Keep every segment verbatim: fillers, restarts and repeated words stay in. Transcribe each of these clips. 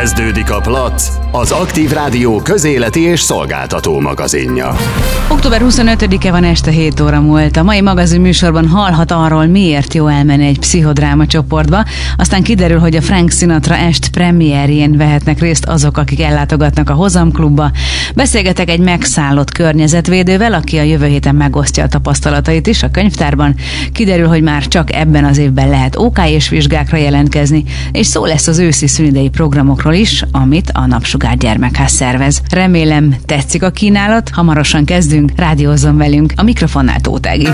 Kezdődik a Plac, az Aktív Rádió közéleti és szolgáltató magazinja. október huszonötödike van, este hét óra múlt. A mai magazin műsorban hallhat arról, miért jó elmenni egy pszichodráma csoportba. Aztán kiderül, hogy a Frank Sinatra est premierjén vehetnek részt azok, akik ellátogatnak a Hozam klubba. Beszélgetek egy megszállott környezetvédővel, aki a jövő héten megosztja a tapasztalatait is a könyvtárban. Kiderül, hogy már csak ebben az évben lehet ó ká és vizsgákra jelentkezni, és szó lesz az őszi szünidei programokról is, amit a Napsugár Gyermekház szervez. Remélem tetszik a kínálat, hamarosan kezdünk, rádiózzon velünk, a mikrofonnál Tóth Ági.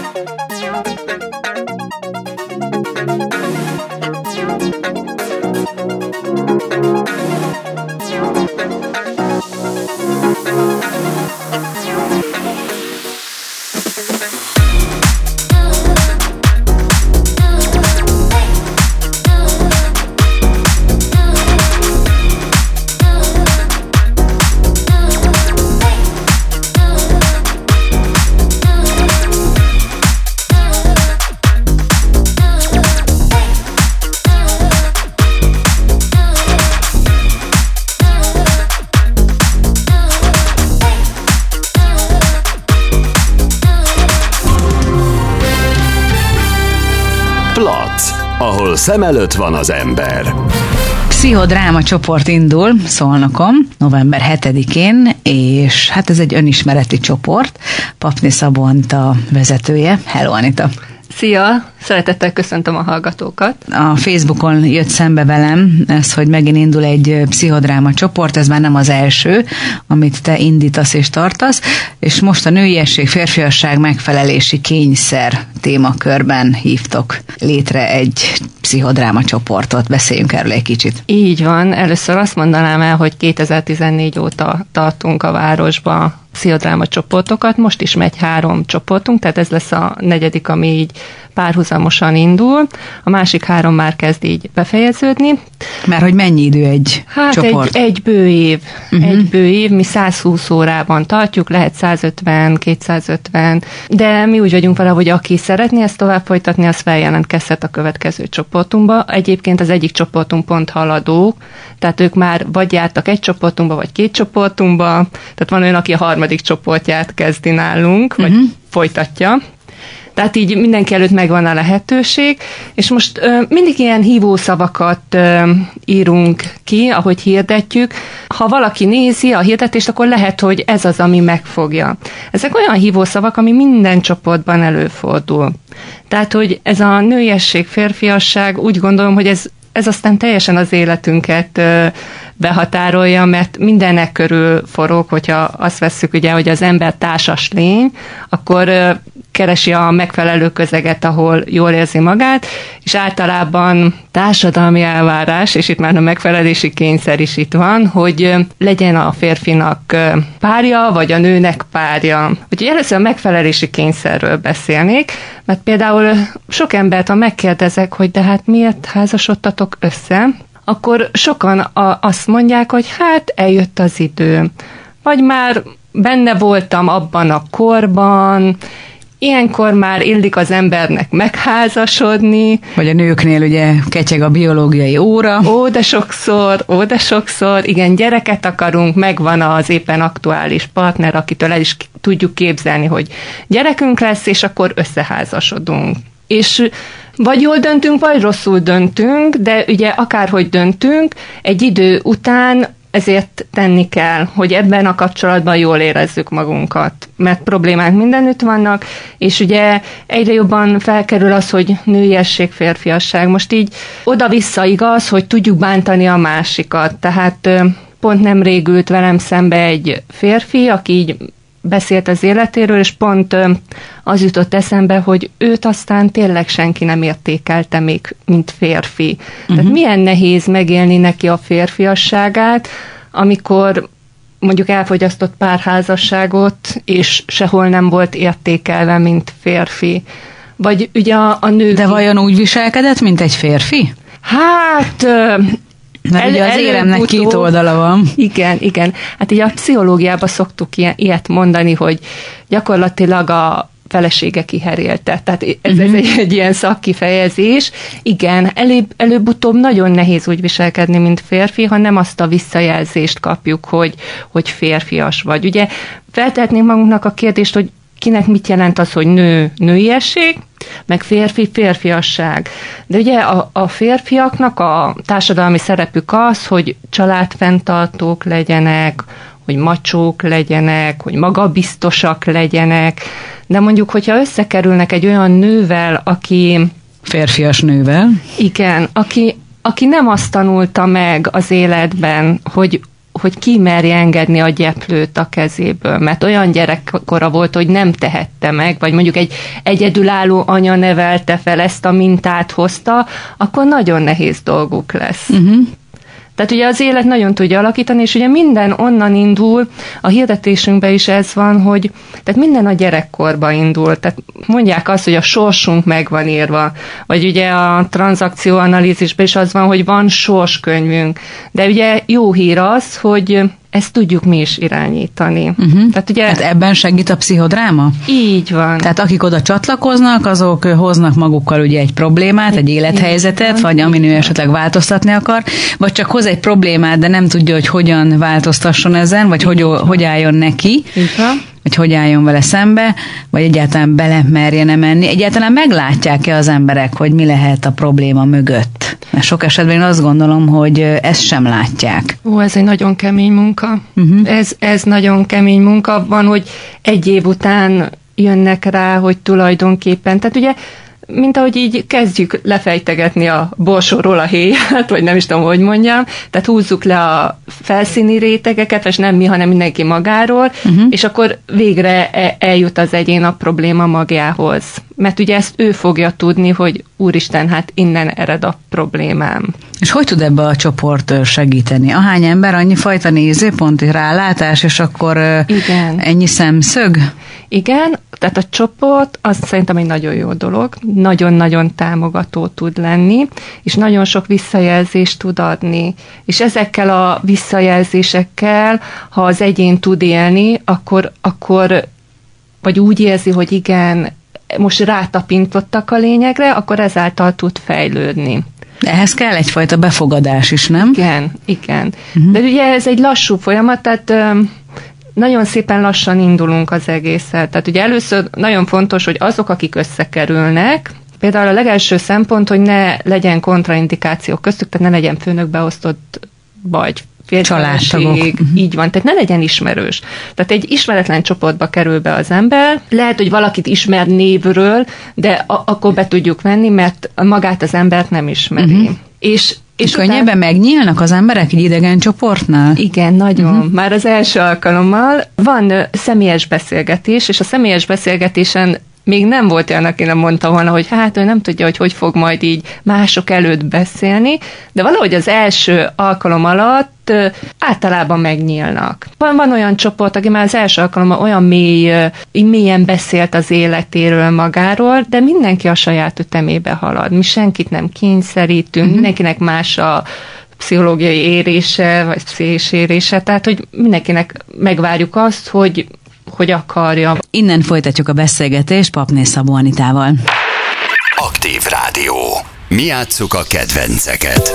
Plac, ahol szem előtt van az ember. Pszichodráma csoport indul Szolnokon november hetedikén, és hát ez egy önismereti csoport. Papné Szabont a vezetője. Hello, Anita! Szia! Szeretettel köszöntöm a hallgatókat. A Facebookon jött szembe velem ez, hogy megint indul egy pszichodráma csoport, ez már nem az első, amit te indítasz és tartasz, és most a nőiesség, férfiasság megfelelési kényszer témakörben hívtok létre egy pszichodráma csoportot. Beszéljünk erről egy kicsit. Így van. Először azt mondanám el, hogy kétezer-tizennégy óta tartunk a városba pszichodráma csoportokat, most is megy három csoportunk, tehát ez lesz a negyedik, ami így párhuzamosan indul, a másik három már kezd így befejeződni. Mert hogy mennyi idő egy hát csoport? Egy, egy bő év. Uh-huh. Egy bő év, mi száz húsz órában tartjuk, lehet száz ötven, kétszázötven, de mi úgy vagyunk vele, hogy aki szeretné ezt tovább folytatni, az feljelentkezhet a következő csoportunkba. Egyébként az egyik csoportunk pont haladó, tehát ők már vagy jártak egy csoportunkba, vagy két csoportunkba, tehát van olyan, aki a harmadik csoportját kezdi nálunk, vagy uh-huh. folytatja. Tehát így mindenki előtt megvan a lehetőség, és most ö, mindig ilyen hívószavakat ö, írunk ki, ahogy hirdetjük. Ha valaki nézi a hirdetést, akkor lehet, hogy ez az, ami megfogja. Ezek olyan hívószavak, ami minden csoportban előfordul. Tehát, hogy ez a nőiesség, férfiasság, úgy gondolom, hogy ez Ez aztán teljesen az életünket ö, behatárolja, mert mindenek körül forog, hogyha azt vesszük, ugye, hogy az ember társas lény, akkor ö, keresi a megfelelő közeget, ahol jól érzi magát, és általában társadalmi elvárás, és itt már a megfelelési kényszer is itt van, hogy ö, legyen a férfinak ö, párja, vagy a nőnek párja. Úgyhogy először a megfelelési kényszerről beszélnék, mert például sok embert, ha megkérdezek, hogy de hát miért házasodtatok össze, akkor sokan a, azt mondják, hogy hát eljött az idő, vagy már benne voltam abban a korban, ilyenkor már illik az embernek megházasodni. Vagy a nőknél ugye ketyeg a biológiai óra. Ó, de sokszor, ó, de sokszor, igen, gyereket akarunk, megvan az éppen aktuális partner, akitől el is tudjuk képzelni, hogy gyerekünk lesz, és akkor összeházasodunk. És vagy jól döntünk, vagy rosszul döntünk, de ugye akárhogy döntünk, egy idő után ezért tenni kell, hogy ebben a kapcsolatban jól érezzük magunkat, mert problémák mindenütt vannak, és ugye egyre jobban felkerül az, hogy nőiesség, férfiasság. Most így oda-vissza igaz, hogy tudjuk bántani a másikat, tehát pont nemrég ült velem szembe egy férfi, aki így beszélt az életéről, és pont az jutott eszembe, hogy őt aztán tényleg senki nem értékelte még, mint férfi. Uh-huh. Tehát milyen nehéz megélni neki a férfiasságát, amikor mondjuk elfogyasztott párházasságot, és sehol nem volt értékelve, mint férfi. Vagy ugye a, a nő... De vajon úgy viselkedett, mint egy férfi? Hát... Mert el, ugye az éremnek két oldala van. Igen, igen. Hát így a pszichológiában szoktuk ilyet mondani, hogy gyakorlatilag a felesége kiherélte. Tehát ez, uh-huh. ez egy, egy ilyen szakkifejezés. Igen, előbb, előbb-utóbb nagyon nehéz úgy viselkedni, mint férfi, ha nem azt a visszajelzést kapjuk, hogy, hogy férfias vagy. Ugye feltehetnénk magunknak a kérdést, hogy kinek mit jelent az, hogy nő nőiesség, meg férfi férfiasság. De ugye a, a férfiaknak a társadalmi szerepük az, hogy családfenntartók legyenek, hogy macsók legyenek, hogy magabiztosak legyenek, de mondjuk, hogyha összekerülnek egy olyan nővel, aki... Férfias nővel. Igen, aki, aki nem azt tanulta meg az életben, hogy hogy ki merje engedni a gyeplőt a kezéből, mert olyan gyerekkora volt, hogy nem tehette meg, vagy mondjuk egy egyedülálló anya nevelte fel, ezt a mintát hozta, akkor nagyon nehéz dolguk lesz. Uh-huh. Tehát ugye az élet nagyon tudja alakítani, és ugye minden onnan indul, a hirdetésünkben is ez van, hogy tehát minden a gyerekkorba indul. Tehát mondják azt, hogy a sorsunk meg van írva, vagy ugye a tranzakcióanalízisben is az van, hogy van sorskönyvünk. De ugye jó hír az, hogy ezt tudjuk mi is irányítani. Uh-huh. Tehát ugye, hát ebben segít a pszichodráma? Így van. Tehát akik oda csatlakoznak, azok hoznak magukkal ugye egy problémát, egy élethelyzetet, vagy amin ő esetleg változtatni akar, vagy csak hoz egy problémát, de nem tudja, hogy hogyan változtasson ezen, vagy hogy, hogy álljon neki. Így van. Vagy hogy álljon vele szembe, vagy egyáltalán bele merjen menni. Egyáltalán meglátják-e az emberek, hogy mi lehet a probléma mögött? Mert sok esetben én azt gondolom, hogy ezt sem látják. Ó, ez egy nagyon kemény munka. Uh-huh. Ez, ez nagyon kemény munka. Van, hogy egy év után jönnek rá, hogy tulajdonképpen, tehát ugye mint ahogy így kezdjük lefejtegetni a borsóról a héját, vagy nem is tudom, hogy mondjam, tehát húzzuk le a felszíni rétegeket, és nem mi, hanem mindenki magáról, uh-huh. és akkor végre eljut az egyén a probléma magjához. Mert ugye ezt ő fogja tudni, hogy úristen, hát innen ered a problémám. És hogy tud ebbe a csoport segíteni? Ahány ember, annyi fajta nézőpont, rálátás, és akkor igen. ennyi szemszög? Igen, tehát a csoport az szerintem egy nagyon jó dolog, nagyon-nagyon támogató tud lenni, és nagyon sok visszajelzést tud adni. És ezekkel a visszajelzésekkel, ha az egyén tud élni, akkor, akkor vagy úgy érzi, hogy igen, most rátapintottak a lényegre, akkor ezáltal tud fejlődni. Ehhez kell egyfajta befogadás is, nem? Igen, igen. Uh-huh. De ugye ez egy lassú folyamat, tehát nagyon szépen lassan indulunk az egésszel. Tehát ugye először nagyon fontos, hogy azok, akik összekerülnek, például a legelső szempont, hogy ne legyen kontraindikáció köztük, tehát ne legyen főnökbeosztott vagy családtagok. Így van, tehát ne legyen ismerős. Tehát egy ismeretlen csoportba kerül be az ember, lehet, hogy valakit ismer névről, de a- akkor be tudjuk venni, mert magát az embert nem ismeri. Uh-huh. És És könnyebben után... megnyílnak az emberek egy idegen csoportnál? Igen, nagyon. Uh-huh. Már az első alkalommal van személyes beszélgetés, és a személyes beszélgetésen még nem volt olyan, aki nem mondta volna, hogy hát ő nem tudja, hogy hogy fog majd így mások előtt beszélni, de valahogy az első alkalom alatt általában megnyílnak. Van, van olyan csoport, aki már az első alkalommal olyan mély, mélyen beszélt az életéről magáról, de mindenki a saját ütemébe halad. Mi senkit nem kényszerítünk, uh-huh. mindenkinek más a pszichológiai érése, vagy pszichés érése, tehát hogy mindenkinek megvárjuk azt, hogy hogy akarja. Innen folytatjuk a beszélgetést Papné Szabó Anitával. Aktív Rádió. Mi játsszuk a kedvenceket.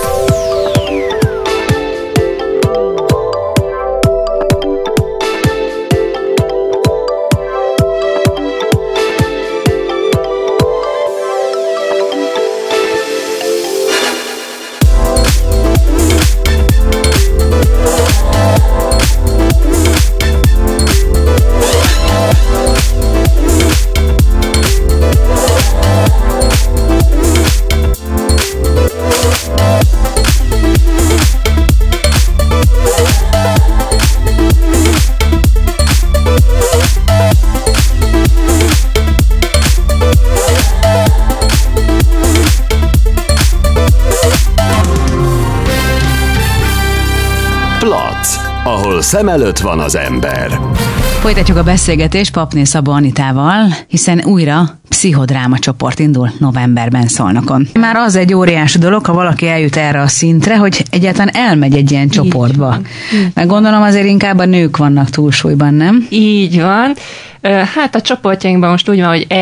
Plac, ahol szem előtt van az ember. Folytatjuk a beszélgetést Papné Szabó Anitával, hiszen újra pszichodráma csoport indul novemberben Szolnokon. Már az egy óriási dolog, ha valaki eljut erre a szintre, hogy egyáltalán elmegy egy ilyen csoportba. Meg gondolom azért inkább a nők vannak túlsúlyban, nem? Így van. Hát a csoportjainkban most úgy van, hogy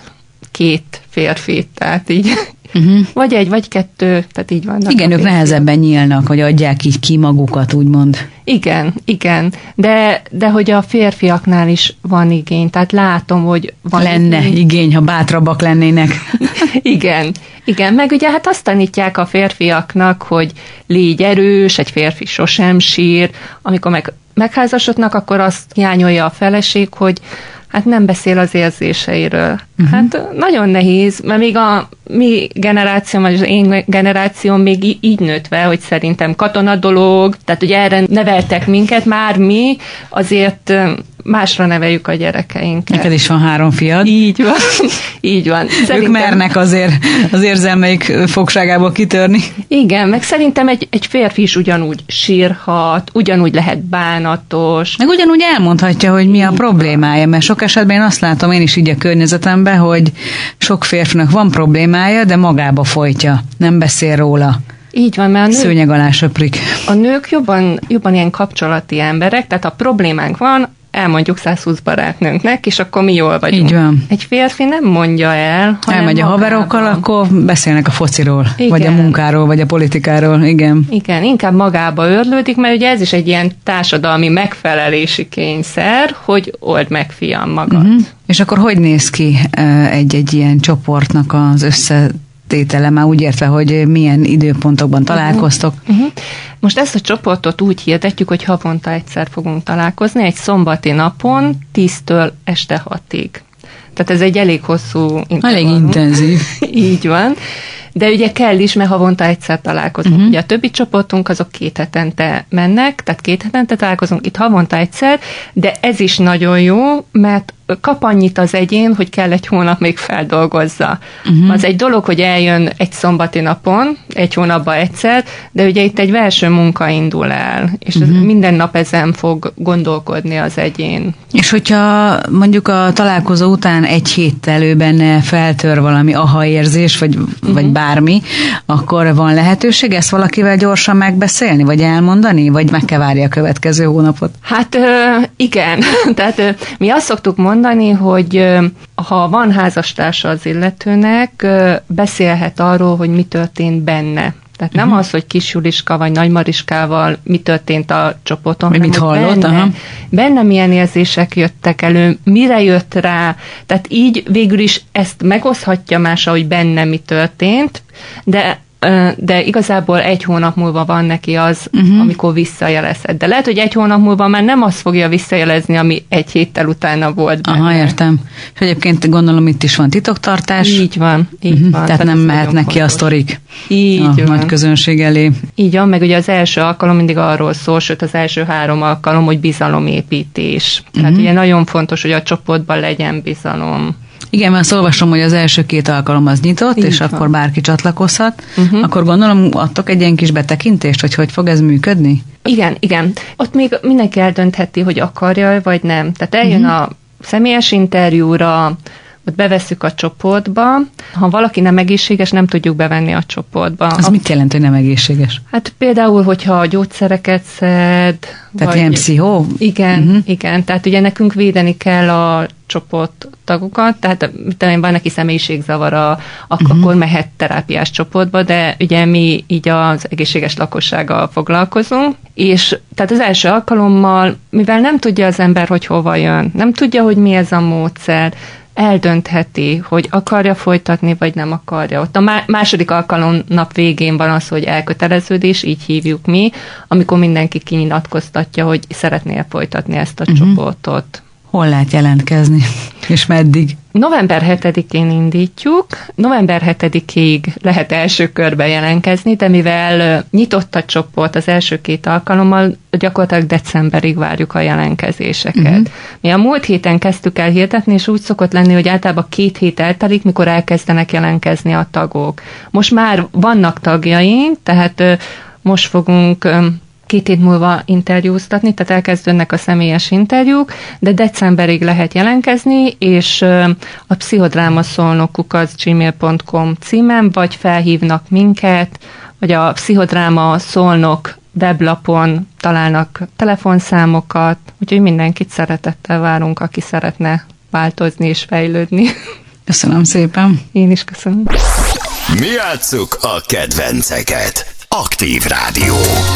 egy-két férfi, tehát így uh-huh. vagy egy, vagy kettő, tehát így vannak. Igen, ők nehezebben nyílnak, hogy adják így ki magukat, úgymond. Igen, igen, de, de hogy a férfiaknál is van igény, tehát látom, hogy van lenne igény, igény ha bátrabbak lennének. Igen, igen, meg ugye hát azt tanítják a férfiaknak, hogy légy erős, egy férfi sosem sír, amikor meg megházasodnak, akkor azt hiányolja a feleség, hogy hát nem beszél az érzéseiről. Uh-huh. Hát nagyon nehéz, mert még a mi generációm, vagy az én generációm még í- így nőtt fel, hogy szerintem katona dolog, tehát ugye erre neveltek minket, már mi azért másra neveljük a gyerekeinket. Neked is van három fiad. Így van, így van. Szerintem... Ők mernek azért az érzelmeik fogságából kitörni. Igen, meg szerintem egy, egy férfi is ugyanúgy sírhat, ugyanúgy lehet bánatos. Meg ugyanúgy elmondhatja, hogy mi a problémája, mert sok esetben én azt látom én is így a környezetemben, hogy sok férfinak van problémája, de magába folytja, nem beszél róla. Így van, mert a nők, szőnyeg alá söprik. A nők jobban, jobban ilyen kapcsolati emberek, tehát ha problémánk van, elmondjuk százhúsz barátnőnknek, és akkor mi jól vagyunk. Így van. Egy férfi nem mondja el, hanem elmegy a haverokkal, akkor beszélnek a fociról, igen. vagy a munkáról, vagy a politikáról, igen. Igen, inkább magába őrlődik, mert ugye ez is egy ilyen társadalmi megfelelési kényszer, hogy old meg, fiam, magad. Uh-huh. És akkor hogy néz ki egy-egy ilyen csoportnak az össze tétele, már úgy értve, hogy milyen időpontokban találkoztok. Uh-huh. Uh-huh. Most ezt a csoportot úgy hirdetjük, hogy havonta egyszer fogunk találkozni, egy szombati napon tíztől este hatig. Tehát ez egy elég hosszú intervallum. Elég intenzív. Így van. De ugye kell is, mert havonta egyszer találkozunk. Uh-huh. Ugye a többi csoportunk azok két hetente mennek, tehát két hetente találkozunk, itt havonta egyszer, de ez is nagyon jó, mert kap annyit az egyén, hogy kell egy hónap még feldolgozza. Uh-huh. Az egy dolog, hogy eljön egy szombati napon, egy hónapban egyszer, de ugye itt egy belső munka indul el, és uh-huh. minden nap ezen fog gondolkodni az egyén. És hogyha mondjuk a találkozó után egy héttel ő benne feltör valami aha érzés, vagy, uh-huh. vagy bármi, akkor van lehetőség ezt valakivel gyorsan megbeszélni, vagy elmondani, vagy meg kell várni a következő hónapot? Hát igen, tehát mi azt szoktuk mondani, mondani, hogy ha van házastársa az illetőnek, beszélhet arról, hogy mi történt benne. Tehát nem uh-huh. az, hogy kis Juliska vagy Nagy Mariskával mi történt a csoporton, hanem mit hallott, benne, aha. benne milyen érzések jöttek elő, mire jött rá. Tehát így végül is ezt megoszthatja mása, hogy benne mi történt, de de igazából egy hónap múlva van neki az, uh-huh. amikor visszajelezhet. De lehet, hogy egy hónap múlva már nem azt fogja visszajelezni, ami egy héttel utána volt benne. Aha, értem. És egyébként gondolom itt is van titoktartás. Így van, így uh-huh. van. Tehát, Tehát nem mehetnek ki a sztorik így a van. nagy közönség elé. Így van, meg ugye az első alkalom mindig arról szól, sőt az első három alkalom, hogy bizalomépítés. Uh-huh. Tehát ugye nagyon fontos, hogy a csoportban legyen bizalom. Igen, mert azt olvasom, hogy az első két alkalom az nyitott, így és van. Akkor bárki csatlakozhat. Uh-huh. Akkor gondolom, adtok egy ilyen kis betekintést, hogy hogy fog ez működni? Igen, igen. Ott még mindenki eldöntheti, hogy akarja, vagy nem. Tehát eljön uh-huh. a személyes interjúra, ott bevesszük a csoportba. Ha valaki nem egészséges, nem tudjuk bevenni a csoportba. Az a... mit jelent, hogy nem egészséges? Hát például, hogyha gyógyszereket szed. Tehát vagy... ilyen pszichó? Igen, uh-huh. igen. Tehát ugye nekünk védeni kell a csoport tagokat, tehát talán van neki személyiségzavara, ak- uh-huh. akkor mehet terápiás csoportba, de ugye mi így az egészséges lakossággal foglalkozunk, és tehát az első alkalommal, mivel nem tudja az ember, hogy hova jön, nem tudja, hogy mi ez a módszer, eldöntheti, hogy akarja folytatni, vagy nem akarja. Ott a második alkalom nap végén van az, hogy elköteleződés, így hívjuk mi, amikor mindenki kinyilatkoztatja, hogy szeretné folytatni ezt a uh-huh. csoportot. Hol lehet jelentkezni? És meddig? november hetedikén indítjuk, november hetedikéig lehet első körbe jelentkezni, de mivel nyitott a csoport az első két alkalommal, gyakorlatilag decemberig várjuk a jelentkezéseket. Uh-huh. Mi a múlt héten kezdtük el hirdetni, és úgy szokott lenni, hogy általában két hét eltelik, mikor elkezdenek jelentkezni a tagok. Most már vannak tagjaink, tehát most fogunk két hét múlva interjúztatni, tehát elkezdődnek a személyes interjúk, de decemberig lehet jelentkezni, és a pszichodráma szolnok kukac gmail pont com címen, vagy felhívnak minket, vagy a Pszichodráma Szolnok weblapon találnak telefonszámokat, úgyhogy mindenkit szeretettel várunk, aki szeretne változni és fejlődni. Köszönöm szépen. Én is köszönöm. Mi játsszuk a kedvenceket. Aktív Rádió.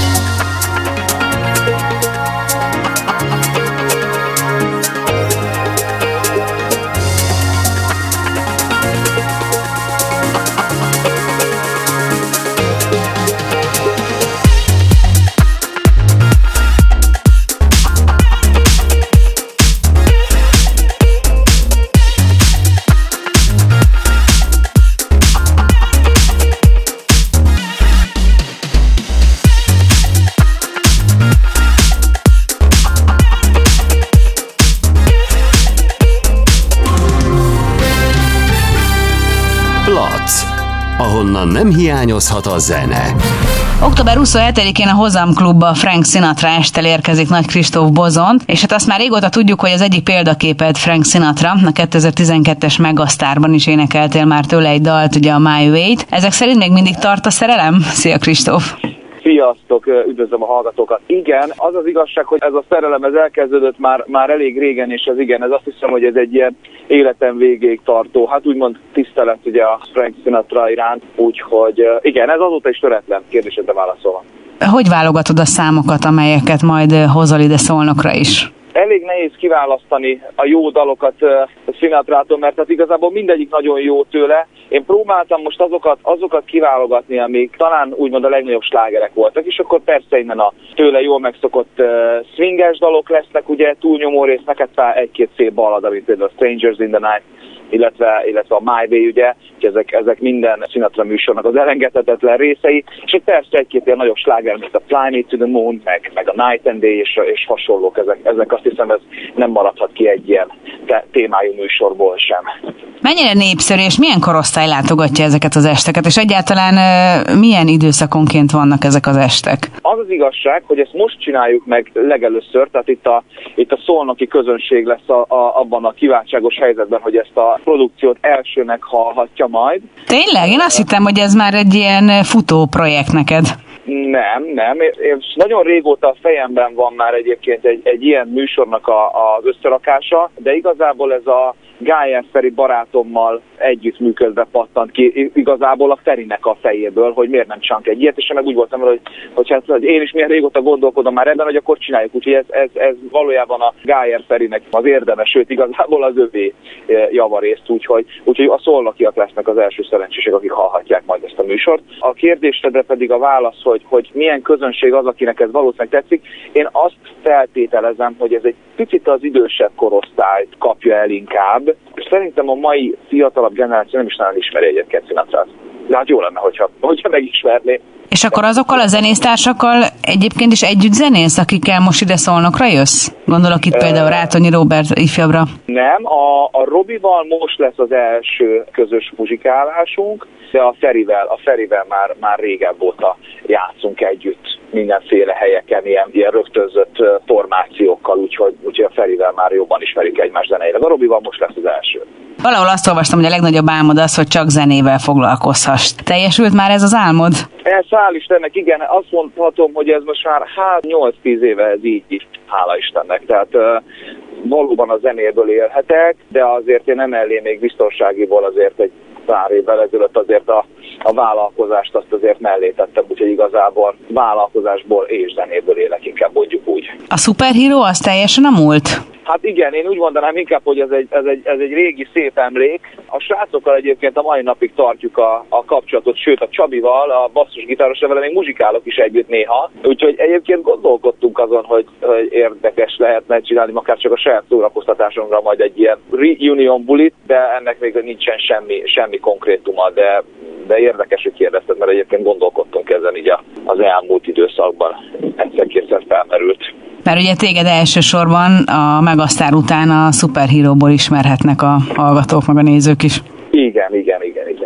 Ahonnan nem hiányozhat a zene. október huszonhetedikén a Hozam Klubba a Frank Sinatra estel érkezik Nagy Kristóf Bozont, és hát azt már régóta tudjuk, hogy az egyik példaképed Frank Sinatra, a kétezer-tizenkettes Megasztárban is énekeltél már tőle egy dalt, ugye a My Way-t. Ezek szerint még mindig tart a szerelem? Szia Kristóf! Sziasztok, üdvözlöm a hallgatókat. Igen, az az igazság, hogy ez a szerelem ez elkezdődött már, már elég régen, és ez igen, ez azt hiszem, hogy ez egy ilyen életem végéig tartó, hát úgymond tisztelet ugye a Frank Sinatra iránt, úgyhogy igen, ez azóta is töretlen, kérdésedre válaszolva. Hogy válogatod a számokat, amelyeket majd hozol ide Szolnokra is? Elég nehéz kiválasztani a jó dalokat uh, Sinatrától, mert hát igazából mindegyik nagyon jó tőle. Én próbáltam most azokat, azokat kiválogatni, amik talán úgymond a legnagyobb slágerek voltak, és akkor persze innen a tőle jól megszokott uh, swinges dalok lesznek, ugye túlnyomó rész, neked egy-két szép ballad, mint például a Strangers in the Night, illetve, illetve a My Way, ugye, ezek, ezek minden Sinatra műsornak az elengedhetetlen részei, és persze egy-két ilyen nagyobb sláger, mint a Fly Me to the Moon, meg, meg a Night and Day, és, és hasonlók, ezek, ezek azt hiszem, ez nem maradhat ki egy ilyen te- témájú műsorból sem. Mennyire népszerű, és milyen korosztály látogatja ezeket az esteket, és egyáltalán uh, milyen időszakonként vannak ezek az estek? Az az igazság, hogy ezt most csináljuk meg legelőször, tehát itt a, itt a szolnoki közönség lesz a, a, abban a kiváltságos helyzetben, hogy ezt a produkciót elsőnek hallhatja majd. Tényleg? Én azt hittem, hogy ez már egy ilyen futó projekt neked. Nem, nem. Én nagyon régóta a fejemben van már egyébként egy, egy ilyen műsornak a, az összerakása, de igazából ez a Gájer Feri barátommal együttműködve pattant ki igazából a Ferinek a fejéből, hogy miért nem csinálunk egy ilyet, és én meg úgy voltam, hogy, hogy, hát, hogy én is milyen régóta gondolkodom már ebben, hogy akkor csináljuk, úgyhogy ez, ez, ez valójában a Gájer Ferinek az érdeme, sőt igazából az övé javarészt, úgyhogy, úgyhogy a szolnokiak lesznek az első szerencsések, akik hallhatják majd ezt a műsort. A kérdésedre pedig a válasz, hogy, hogy milyen közönség az, akinek ez valószínűleg tetszik. Én azt feltételezem, hogy ez egy picit az idősebb korosztályt kapja el inkább, és szerintem a mai fiatalabb generáció nem is nagyon ismeri egyébként Sinatrát. De hát jó lenne, hogyha, hogyha megismerné. És akkor azokkal a zenésztársakkal egyébként is együtt zenész, akikkel most ide Szolnokra jössz? Gondolok itt uh, például Rátonyi Róbert ifjabbra. Nem, a, a Robival most lesz az első közös muzsikálásunk, de a Ferivel, a Ferivel már, már régebb óta játszunk együtt mindenféle helyeken, ilyen, ilyen rögtönzött formációkkal, úgyhogy, úgyhogy a Ferivel már jobban ismerik egymás zeneileg. A Robival most lesz az első. Valahol azt olvastam, hogy a legnagyobb álmod az, hogy csak zenével foglalkozhass. Teljesült már ez az álmod? Ez hál' Istennek, igen, azt mondhatom, hogy ez most már hát nyolc-tíz éve ez így is, hála Istennek. Tehát uh, valóban a zenéből élhetek, de azért én emellé még biztonságiból azért egy pár évvel ezelőtt azért a, a vállalkozást azt azért mellé tettem, úgyhogy igazából vállalkozásból és zenéből élek, inkább mondjuk úgy. A szuperhíró az teljesen a múlt? Hát igen, én úgy mondanám inkább, hogy ez egy, ez egy, ez egy régi szép emlék. A srácokkal egyébként a mai napig tartjuk a, a kapcsolatot, sőt a Csabival, a basszusgitárossal vele még muzsikálok is együtt néha. Úgyhogy egyébként gondolkodtunk azon, hogy, hogy érdekes lehetne csinálni akár csak a saját szórakoztatásunkra majd egy ilyen reunion bulit, de ennek még nincsen semmi, semmi konkrétuma, de, de érdekes, hogy kérdezted, mert egyébként gondolkodtunk ezen így az elmúlt időszakban. Egyszer-kétszer felmerült. Mert ugye téged elsősorban a Megasztár után a szuperhíróból ismerhetnek a hallgatók, meg a nézők is. Igen, igen, igen, igen.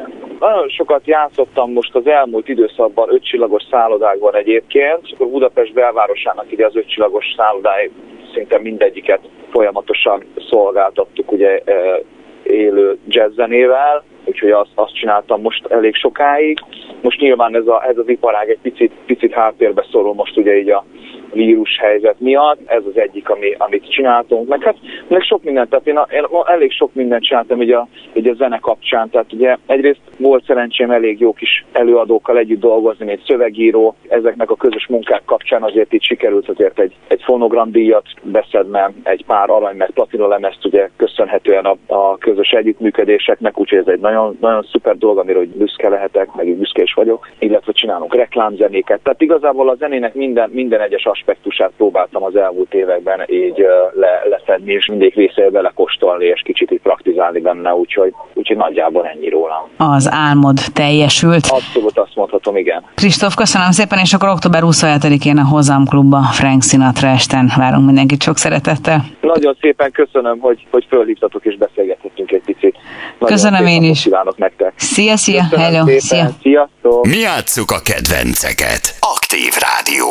nagyon sokat játszottam most az elmúlt időszakban ötcsillagos szállodákban egyébként, és akkor Budapest belvárosának ide az ötcsillagos szállodái szinte mindegyiket folyamatosan szolgáltattuk ugye élő jazzzenével, úgyhogy azt, azt csináltam most elég sokáig. Most nyilván ez, a, ez az iparág egy picit, picit háttérbe szorul most ugye így a vírus helyzet miatt, ez az egyik, ami, amit csináltunk. Meg hát meg sok mindent, tehát én, a, én elég sok mindent csináltam így a, így a zene kapcsán, tehát ugye egyrészt volt szerencsém elég jó kis előadókkal együtt dolgozni, mint szövegíró, ezeknek a közös munkák kapcsán azért itt sikerült azért egy, egy fonogramdíjat beszednem, egy pár arany meg platinalemezt ugye köszönhetően a, a közös együttműködéseknek, úgyhogy ez egy nagyon, nagyon szuper dolog, amiről hogy büszke lehetek, meg így büszke is vagyok, illetve csinálunk reklámzenéket, tehát igazából a zenének minden, minden egyes aspektusát próbáltam az elmúlt években így le, lefedni, és mindig részével belekóstolni, és kicsit így praktizálni benne, úgyhogy, úgyhogy nagyjából ennyi rólam. Az álmod teljesült. Abszolút azt mondhatom, igen. Kristóf, köszönöm szépen, és akkor október huszonhetedikén a Hozam Klubba Frank Sinatra esten várunk mindenkit sok szeretettel. Nagyon szépen köszönöm, hogy, hogy fölhívtatok és beszélgethettünk egy picit. Nagyon köszönöm én is. Kívánok nektek. Szia, szia, köszönöm hello, szépen. szia. Sziasztok. Mi játsszuk a kedvenceket. Aktív Rádió.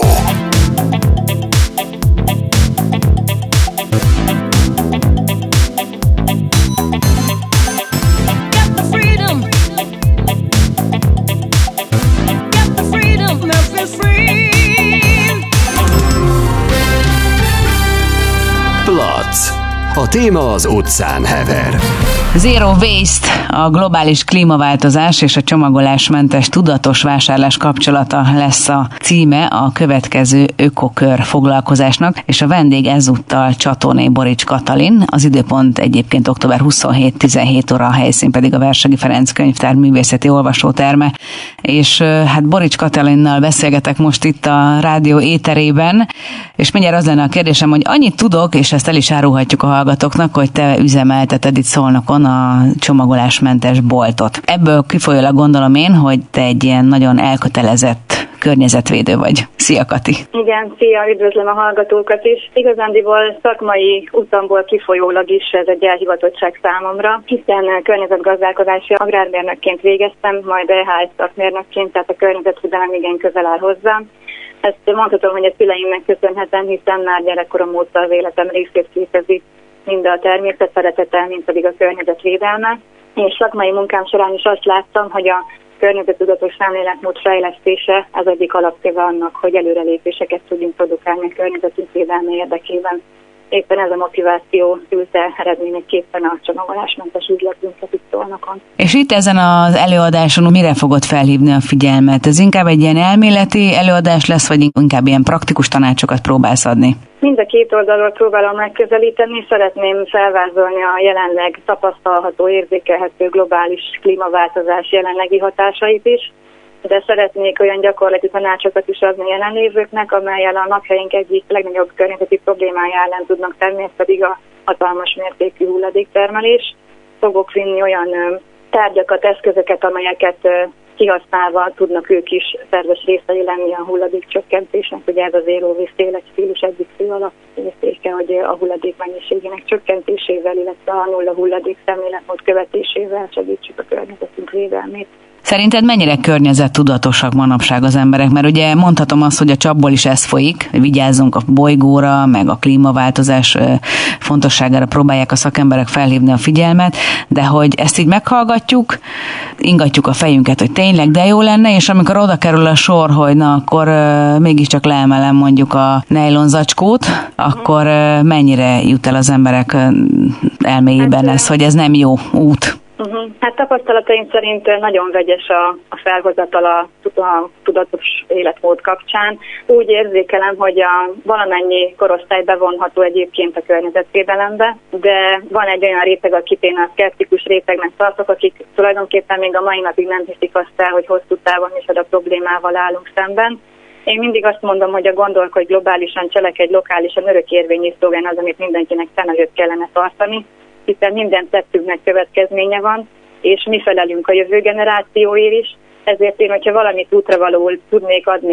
Plac. A téma az utcán hever. Zero Waste, a globális klímaváltozás és a csomagolásmentes tudatos vásárlás kapcsolata lesz a címe a következő ökokör foglalkozásnak, és a vendég ezúttal Csatorné Borics Katalin, az időpont egyébként október huszonhetedike tizenhét óra, a helyszín pedig a Versegi Ferenc Könyvtár művészeti olvasóterme, és hát Borics Katalinnal beszélgetek most itt a rádió éterében, és mindjárt az lenne a kérdésem, hogy annyit tudok, és ezt el is árulhatjuk a hallgatóknak, hogy te üzemelteted itt Szolnokon a csomagolásmentes boltot. Ebből kifolyólag gondolom én, hogy te egy ilyen nagyon elkötelezett környezetvédő vagy. Szia, Kati! Igen, szia, üdvözlöm a hallgatókat is. Igazándiból szakmai utamból kifolyólag is ez egy elhivatottság számomra, hiszen környezetgazdálkodási agrárbérnökként végeztem, majd é há es szakmérnökként, tehát a környezetvédelem igen közel áll hozzám. Ezt mondhatom, hogy a szüleimnek köszönhetem, hiszen már gyerekkorom óta az életem részét képezik mind a természet szeretete, mind pedig a környezetvédelme. És szakmai munkám során is azt láttam, hogy a környezettudatos szemléletmód fejlesztése az egyik alapköve annak, hogy előrelépéseket tudjunk produkálni a környezetünk védelme érdekében. Éppen ez a motiváció szülte eredményeképpen a csomagolásmentes üzletünket itt Szolnokon. És itt ezen az előadáson mire fogod felhívni a figyelmet? Ez inkább egy ilyen elméleti előadás lesz, vagy inkább ilyen praktikus tanácsokat próbálsz adni? Mind a két oldalról próbálom megközelíteni, szeretném felvázolni a jelenleg tapasztalható, érzékelhető globális klímaváltozás jelenlegi hatásait is, de szeretnék olyan gyakorlati tanácsokat is adni jelenlévőknek, amellyel a napjaink egyik legnagyobb környezeti problémája ellen tudnak tenni, ez pedig a hatalmas mértékű hulladéktermelés. Fogok vinni olyan tárgyakat, eszközöket, amelyeket kihasználva tudnak ők is szerves részei lenni a hulladékcsökkentésnek. Ugye ez az Zero Waste életstílus egyik fő alapértéke, hogy a hulladék mennyiségének csökkentésével, illetve a nulla hulladék szemléletmód követésével segítsük a környezetünk védelmét. Szerinted mennyire környezettudatosak manapság az emberek? Mert ugye mondhatom azt, hogy a csapból is ez folyik, vigyázzunk a bolygóra, meg a klímaváltozás fontosságára próbálják a szakemberek felhívni a figyelmet, de hogy ezt így meghallgatjuk, ingatjuk a fejünket, hogy tényleg de jó lenne, és amikor oda kerül a sor, hogy na akkor uh, mégiscsak leemelem mondjuk a nejlonzacskót, akkor uh, mennyire jut el az emberek uh, elméjében ez, hogy ez nem jó út? Uh-huh. Hát tapasztalataim szerint nagyon vegyes a, a felhozatal a, a tudatos életmód kapcsán. Úgy érzékelem, hogy a valamennyi korosztály bevonható egyébként a környezetvédelembe, de van egy olyan réteg, akit én a szkeptikus rétegnek tartok, akik tulajdonképpen még a mai napig nem hiszik azt el, hogy hosszú távon is a problémával állunk szemben. Én mindig azt mondom, hogy a gondolkodj globálisan, cselekedj lokálisan örökérvényű szlogán az, amit mindenkinek szem előtt kellene tartani, hiszen minden tettünknek következménye van, és mi felelünk a jövő generációért is. Ezért én, hogyha valamit útravalóul tudnék adni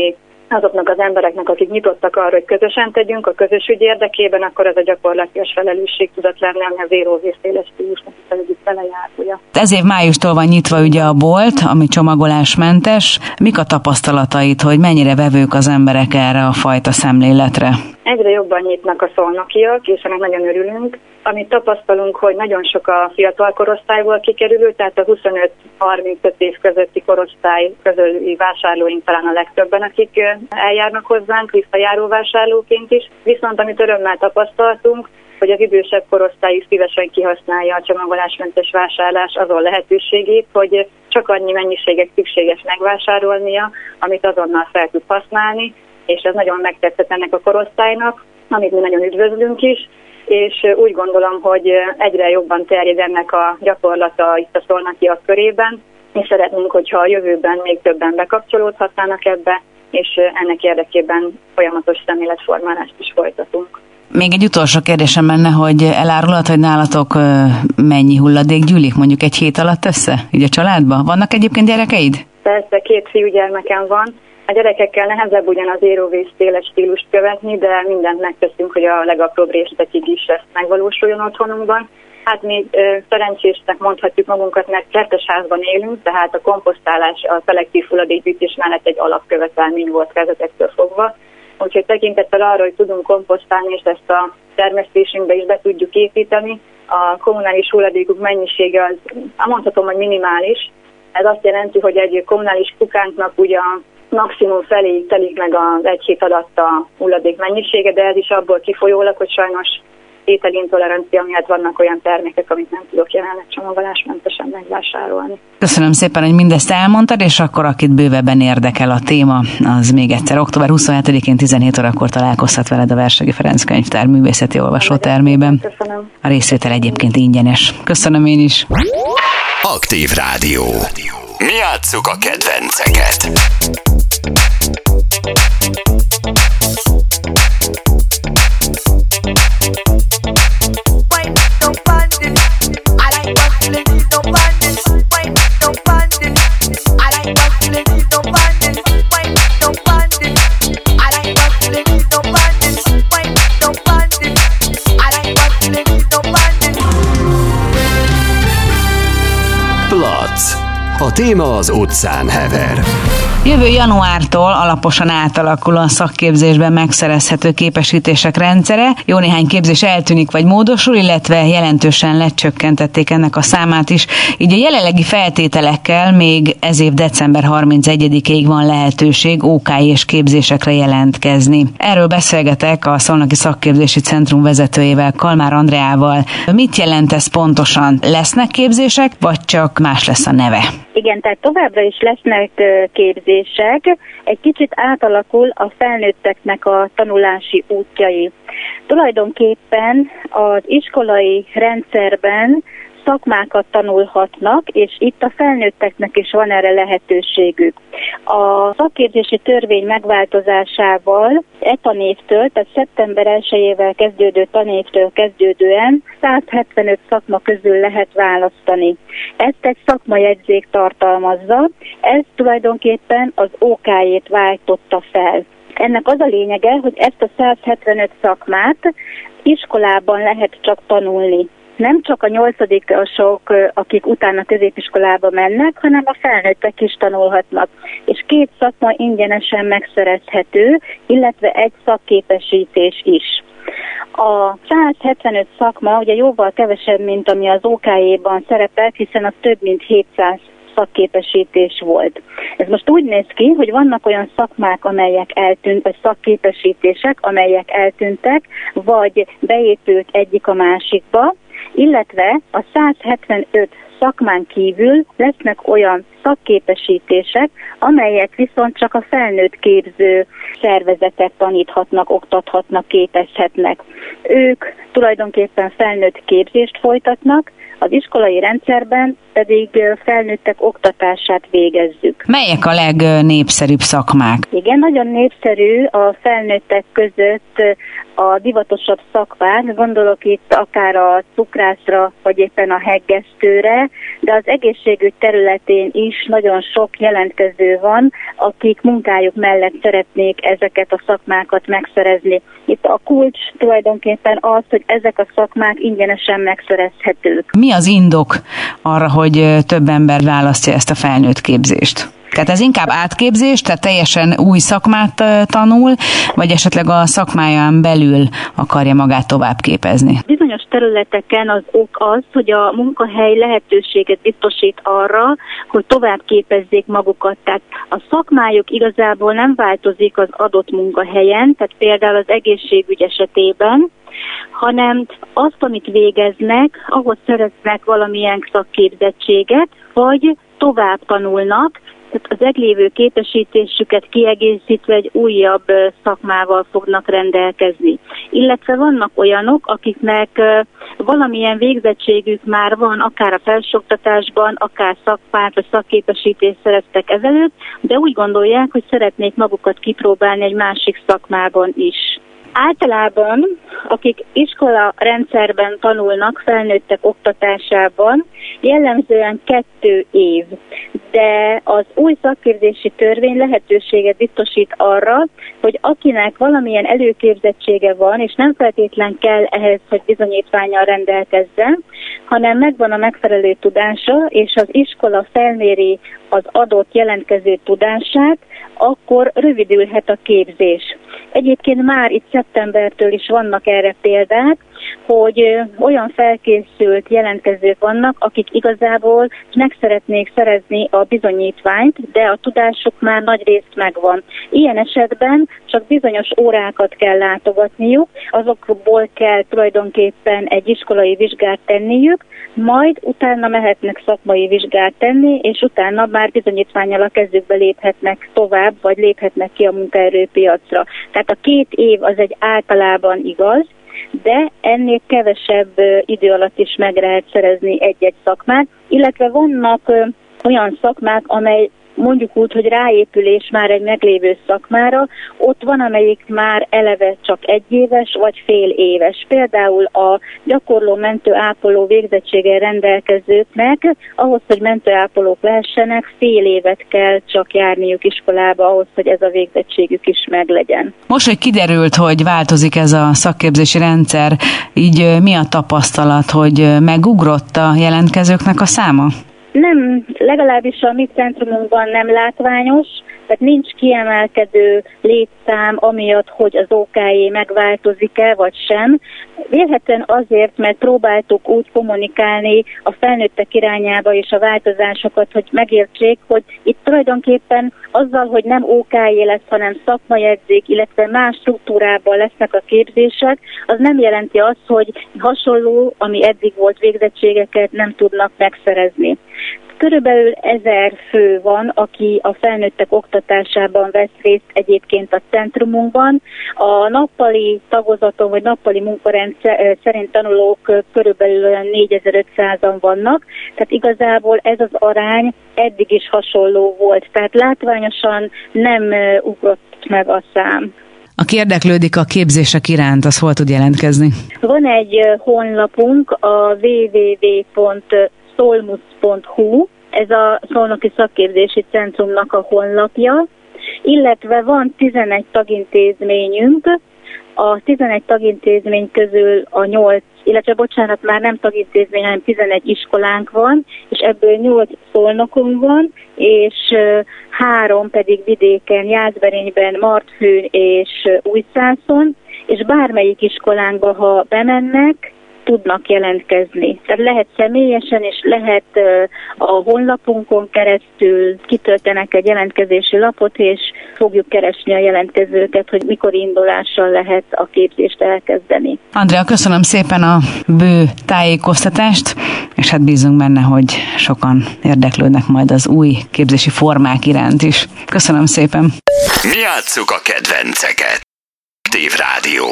azoknak az embereknek, akik nyitottak arra, hogy közösen tegyünk a közös ügy érdekében, akkor ez a gyakorlatilag felelősség tudott lenni, ami az Zero Waste éles stílusnak az egyik velejárója. Ez év májustól van nyitva ugye a bolt, ami csomagolásmentes. Mik a tapasztalatait, hogy mennyire vevők az emberek erre a fajta szemléletre? Egyre jobban nyitnak a szolnokiak, és ennek nagyon örülünk. Amit tapasztalunk, hogy nagyon sok a fiatal korosztályból kikerülő, tehát a huszonöt-harmincöt év közötti korosztály közöli vásárlóink talán a legtöbben, akik eljárnak hozzánk, visszajáró vásárlóként is. Viszont amit örömmel tapasztaltunk, hogy az idősebb korosztály is szívesen kihasználja a csomagolásmentes vásárlás azon lehetőségét, hogy csak annyi mennyiséget szükséges megvásárolnia, amit azonnal fel tud használni, és ez nagyon megtetszett ennek a korosztálynak, amit mi nagyon üdvözlünk is, és úgy gondolom, hogy egyre jobban terjed ennek a gyakorlata itt a szolnokiak körében, és szeretnénk, hogyha a jövőben még többen bekapcsolódhatnának ebbe, és ennek érdekében folyamatos szemléletformálást is folytatunk. Még egy utolsó kérdésem lenne, hogy elárulhat, hogy nálatok mennyi hulladék gyűlik mondjuk egy hét alatt össze, így a családban? Vannak egyébként gyerekeid? Persze, két fiúgyermekem van. A gyerekekkel nehezebb ugyan az Zero Waste éles stílust követni, de mindent megteszünk, hogy a legapróbb részletig is ezt megvalósuljon otthonunkban. Hát mi ö, szerencsésnek mondhatjuk magunkat, mert kertesházban élünk, tehát a komposztálás, a szelektív hulladékgyűjtés mellett egy alapkövetelmény volt kezdetektől fogva. Úgyhogy tekintettel arra, hogy tudunk komposztálni, és ezt a termesztésünkbe is be tudjuk építeni, a kommunális hulladékuk mennyisége az, mondhatom, hogy minimális. Ez azt jelenti, hogy egy kommunális kukánknak ugye a maximum felé telik meg az egy hét alatt a hulladék mennyisége, de ez is abból kifolyólag, hogy sajnos ételintolerancia miatt vannak olyan termékek, amit nem tudok jelenleg csomagolásmentesen megvásárolni. Köszönöm szépen, hogy mindezt elmondtad, és akkor akit bővebben érdekel a téma, az még egyszer október huszonhetedikén tizenhét órakor találkozhat veled a Versegi Ferenc Könyvtár művészeti olvasótermében. Köszönöm. A részvétel egyébként ingyenes. Köszönöm én is. Aktív Rádió. Mi játsszuk a kedvenceket. Plac. A téma az utcán hever. Jövő januártól alaposan átalakul a szakképzésben megszerezhető képesítések rendszere. Jó néhány képzés eltűnik vagy módosul, illetve jelentősen lecsökkentették ennek a számát is. Így a jelenlegi feltételekkel még ez év december harmincegyedikéig van lehetőség ó ká és képzésekre jelentkezni. Erről beszélgetek a Szolnoki Szakképzési Centrum vezetőjével, Kalmár Andreával. Mit jelent ez pontosan? Lesznek képzések, vagy csak más lesz a neve? Igen, tehát továbbra is lesznek képzések, egy kicsit átalakul a felnőtteknek a tanulási útjai. Tulajdonképpen az iskolai rendszerben szakmákat tanulhatnak, és itt a felnőtteknek is van erre lehetőségük. A szakképzési törvény megváltozásával e tanévtől, tehát szeptember elsejével kezdődő tanévtől kezdődően százhetvenöt szakma közül lehet választani. Ezt egy szakmajegyzék tartalmazza, ez tulajdonképpen az ó ká-jét váltotta fel. Ennek az a lényege, hogy ezt a százhetvenöt szakmát iskolában lehet csak tanulni. Nem csak a nyolcadikosok, akik utána középiskolába mennek, hanem a felnőttek is tanulhatnak. És két szakma ingyenesen megszerezhető, illetve egy szakképesítés is. A százhetvenöt szakma ugye jóval kevesebb, mint ami az ó ká-jéban szerepelt, hiszen az több mint hétszáz szakképesítés volt. Ez most úgy néz ki, hogy vannak olyan szakmák, amelyek eltűnt, vagy szakképesítések, amelyek eltűntek, vagy beépült egyik a másikba, illetve a százhetvenöt szakmán kívül lesznek olyan szakképesítések, amelyek viszont csak a felnőtt képző szervezetek taníthatnak, oktathatnak, képezhetnek. Ők tulajdonképpen felnőtt képzést folytatnak, az iskolai rendszerben pedig felnőttek oktatását végezzük. Melyek a legnépszerűbb szakmák? Igen, nagyon népszerű a felnőttek között a divatosabb szakmák, gondolok itt akár a cukrászra, vagy éppen a heggesztőre, de az egészségügy területén is is nagyon sok jelentkező van, akik munkájuk mellett szeretnék ezeket a szakmákat megszerezni. Itt a kulcs tulajdonképpen az, hogy ezek a szakmák ingyenesen megszerezhetők. Mi az indok arra, hogy több ember választja ezt a felnőtt képzést? Tehát ez inkább átképzés, tehát teljesen új szakmát tanul, vagy esetleg a szakmáján belül akarja magát tovább képezni? Bizonyos területeken az ok az, hogy a munkahely lehetőséget biztosít arra, hogy tovább képezzék magukat. Tehát a szakmájuk igazából nem változik az adott munkahelyen, tehát például az egészségügy esetében, hanem azt, amit végeznek, ahhoz szereznek valamilyen szakképzettséget, vagy tovább tanulnak, tehát az meglévő képesítésüket kiegészítve egy újabb szakmával fognak rendelkezni. Illetve vannak olyanok, akiknek valamilyen végzettségük már van, akár a felsőoktatásban, akár szakmát vagy szakképesítést szereztek ezelőtt, de úgy gondolják, hogy szeretnék magukat kipróbálni egy másik szakmában is. Általában, akik iskola rendszerben tanulnak, felnőttek oktatásában, jellemzően kettő év, de az új szakképzési törvény lehetőséget biztosít arra, hogy akinek valamilyen előképzettsége van, és nem feltétlen kell ehhez, hogy bizonyítvánnyal rendelkezzen, hanem megvan a megfelelő tudása, és az iskola felméri az adott jelentkező tudását, akkor rövidülhet a képzés. Egyébként már itt szeptembertől is vannak erre példák, hogy olyan felkészült jelentkezők vannak, akik igazából meg szeretnék szerezni a bizonyítványt, de a tudásuk már nagy részt megvan. Ilyen esetben csak bizonyos órákat kell látogatniuk, azokból kell tulajdonképpen egy iskolai vizsgát tenniük, majd utána mehetnek szakmai vizsgát tenni, és utána már bizonyítvánnyal a kezükbe léphetnek tovább, vagy léphetnek ki a munkaerőpiacra. Tehát a két év az egy általában igaz, de ennél kevesebb idő alatt is meg lehet szerezni egy-egy szakmát, illetve vannak olyan szakmák, amely mondjuk úgy, hogy ráépülés már egy meglévő szakmára, ott van, amelyik már eleve csak egy éves vagy fél éves. Például a gyakorló mentőápoló végzettséggel rendelkezőknek, ahhoz, hogy mentőápolók lehessenek, fél évet kell csak járniuk iskolába, ahhoz, hogy ez a végzettségük is meglegyen. Most, hogy kiderült, hogy változik ez a szakképzési rendszer, így mi a tapasztalat, hogy megugrott a jelentkezőknek a száma? Nem, legalábbis a mi centrumunkban nem látványos, tehát nincs kiemelkedő létszám amiatt, hogy az o ká é megváltozik-e, vagy sem. Vélhetően azért, mert próbáltuk úgy kommunikálni a felnőttek irányába és a változásokat, hogy megértsék, hogy itt tulajdonképpen azzal, hogy nem o ká é lesz, hanem szakmajegyzék, illetve más struktúrában lesznek a képzések, az nem jelenti azt, hogy hasonló, ami eddig volt végzettségeket nem tudnak megszerezni. Körülbelül ezer fő van, aki a felnőttek oktatásában vesz részt egyébként a centrumunkban. A nappali tagozaton vagy nappali munkarend szerint tanulók körülbelül olyan négyezer-ötszázan vannak, tehát igazából ez az arány eddig is hasonló volt, tehát látványosan nem ugrott meg a szám. Aki érdeklődik a képzések iránt, az hol tud jelentkezni? Van egy honlapunk, a double-u double-u double-u pont szolmus pont hu, ez a Szolnoki Szakképzési Centrumnak a honlapja, illetve van tizenegy tagintézményünk, a tizenegy tagintézmény közül a nyolc, illetve bocsánat, már nem tagintézmény, hanem tizenegy iskolánk van, és ebből nyolc Szolnokon van, és három pedig vidéken, Jászberényben, Martfőn és Újszászon, és bármelyik iskolánkba, ha bemennek, tudnak jelentkezni. Tehát lehet személyesen, és lehet a honlapunkon keresztül kitöltenek egy jelentkezési lapot, és fogjuk keresni a jelentkezőket, hogy mikor indulással lehet a képzést elkezdeni. Andrea, köszönöm szépen a bő tájékoztatást, és hát bízunk benne, hogy sokan érdeklődnek majd az új képzési formák iránt is. Köszönöm szépen! Mi játsszuk a kedvenceket. Aktív Rádió.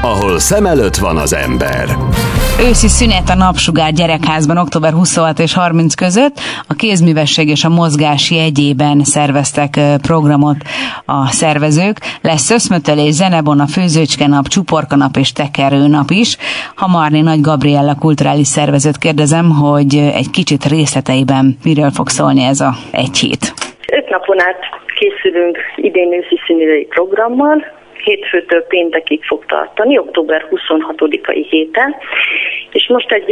ahol szem előtt van az ember. Őszi szünet a Napsugár gyerekházban október huszonhat és harminc között. A kézművesség és a mozgás jegyében szerveztek programot a szervezők. Lesz összmötölés, zenebona, főzőcskenap, csuporkanap és tekerőnap is. Hamarné Nagy Gabriella kulturális szervezőt kérdezem, hogy egy kicsit részleteiben miről fog szólni ez a egy hét. Öt napon át készülünk idén őszi színidei programmal. Hétfőtől péntekig fog tartani, október huszonhatodikai héten, és most egy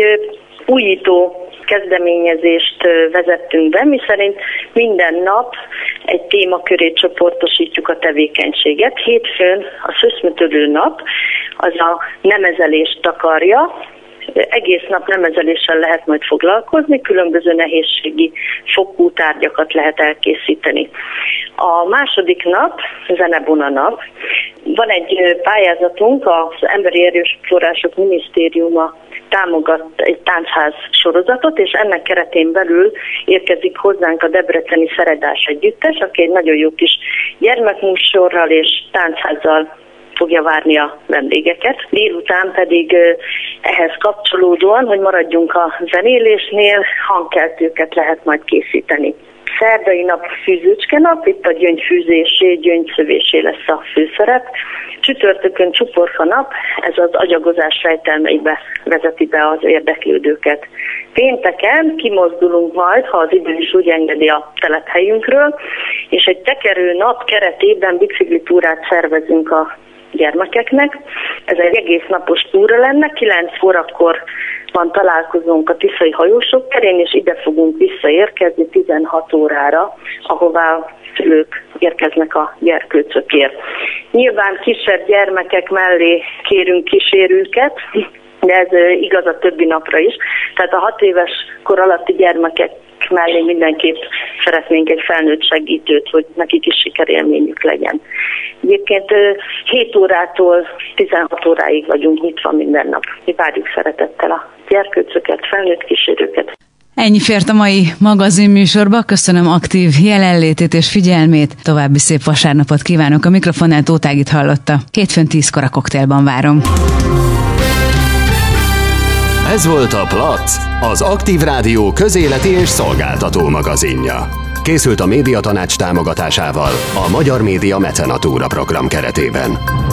újító kezdeményezést vezettünk be, miszerint minden nap egy témaköré csoportosítjuk a tevékenységet. Hétfőn a szöszmötölő nap, az a nemezelést takarja, egész nap nemezeléssel lehet majd foglalkozni, különböző nehézségi fokú tárgyakat lehet elkészíteni. A második nap, zenebona nap, van egy pályázatunk, az Emberi Erőforrások Minisztériuma támogat egy táncház sorozatot, és ennek keretén belül érkezik hozzánk a debreceni Szeredás Együttes, aki egy nagyon jó kis gyermekmúsorral és táncházzal fogja várni a vendégeket. Délután pedig ehhez kapcsolódóan, hogy maradjunk a zenélésnél, hangkeltőket lehet majd készíteni. Szerdai nap fűzőcske nap, itt a gyöngyfűzésé, gyöngyszövésé lesz a főszerep. Csütörtökön csuporka nap, ez az agyagozás rejtelmeibe vezeti be az érdeklődőket. Pénteken kimozdulunk majd, ha az idő is úgy engedi, a telephelyünkről, és egy tekerő nap keretében biciklitúrát szervezünk a gyermekeknek. Ez egy egész napos túra lenne, kilenc órakor van találkozónk a Tiszai hajósok terén, és ide fogunk visszaérkezni tizenhat órára, ahová a szülők érkeznek a gyerkőcökért. Nyilván kisebb gyermekek mellé kérünk kísérőket, de ez igaz a többi napra is. Tehát a hat éves kor alatti gyermekek mellé mindenképp szeretnénk egy felnőtt segítőt, hogy nekik is sikerélményük legyen. Egyébként hét órától tizenhat óráig vagyunk nyitva minden nap. Mi várjuk szeretettel a gyerkőcöket, felnőtt kísérőket. Ennyi fért a mai magazinműsorba. Köszönöm aktív jelenlétét és figyelmét. További szép vasárnapot kívánok. A mikrofonnál Tótágit hallotta. Hétfőn tízkor a koktélban várom. Ez volt a Plac, az Aktív Rádió közéleti és szolgáltató magazinja. Készült a Médiatanács támogatásával a Magyar Média Mecenatúra program keretében.